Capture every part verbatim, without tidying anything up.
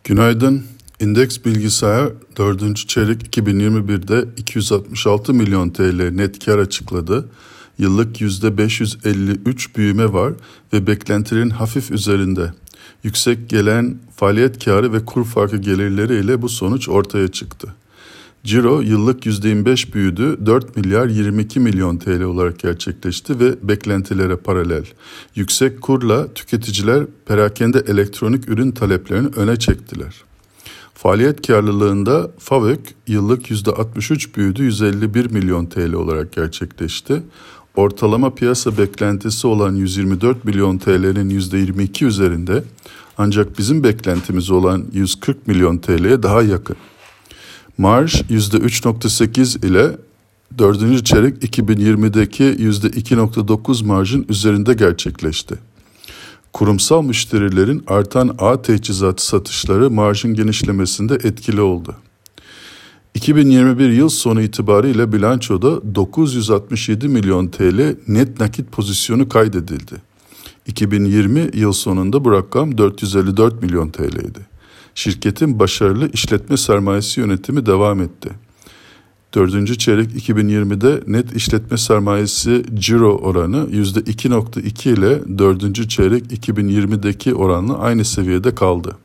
Günaydın. İndeks Bilgisayar dördüncü çeyrek iki bin yirmi birde iki yüz altmış altı milyon T L net kar açıkladı. Yıllık yüzde beş yüz elli üç büyüme var ve beklentilerin hafif üzerinde. Yüksek gelen faaliyet karı ve kur farkı gelirleriyle bu sonuç ortaya çıktı. Ciro yıllık yüzde yirmi beş büyüdü, dört milyar yirmi iki milyon T L olarak gerçekleşti ve beklentilere paralel. Yüksek kurla tüketiciler perakende elektronik ürün taleplerini öne çektiler. Faaliyet karlılığında FAVÖK yıllık yüzde altmış üç büyüdü, yüz elli bir milyon T L olarak gerçekleşti. Ortalama piyasa beklentisi olan yüz yirmi dört milyon T L'nin yüzde yirmi iki üzerinde, ancak bizim beklentimiz olan yüz kırk milyon T L'ye daha yakın. Marj yüzde üç virgül sekiz ile dördüncü çeyrek iki bin yirmideki yüzde iki virgül dokuz marjın üzerinde gerçekleşti. Kurumsal müşterilerin artan ağ teçhizatı satışları marjın genişlemesinde etkili oldu. iki bin yirmi bir yıl sonu itibariyle bilançoda dokuz yüz altmış yedi milyon T L net nakit pozisyonu kaydedildi. iki bin yirmi yıl sonunda bu rakam dört yüz elli dört milyon T L'ydi. Şirketin başarılı işletme sermayesi yönetimi devam etti. Dördüncü çeyrek iki bin yirmide net işletme sermayesi ciro oranı yüzde iki virgül iki ile dördüncü çeyrek iki bin yirmideki oranla aynı seviyede kaldı.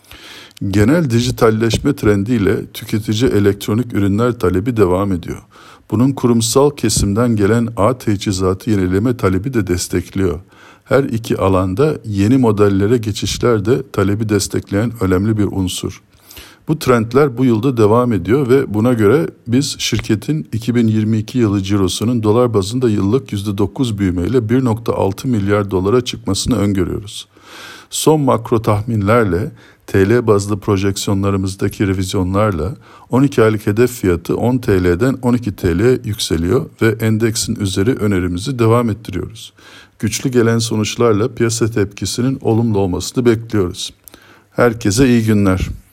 Genel dijitalleşme trendiyle tüketici elektronik ürünler talebi devam ediyor. Bunun kurumsal kesimden gelen ağ teçhizatı yenileme talebi de destekliyor. Her iki alanda yeni modellere geçişler de talebi destekleyen önemli bir unsur. Bu trendler bu yılda devam ediyor ve buna göre biz şirketin iki bin yirmi iki yılı cirosunun dolar bazında yıllık yüzde dokuz büyümeyle bir virgül altı milyar dolara çıkmasını öngörüyoruz. Son makro tahminlerle T L bazlı projeksiyonlarımızdaki revizyonlarla on iki aylık hedef fiyatı on T L'den on iki T L'ye yükseliyor ve endeksin üzeri önerimizi devam ettiriyoruz. Güçlü gelen sonuçlarla piyasa tepkisinin olumlu olmasını bekliyoruz. Herkese iyi günler.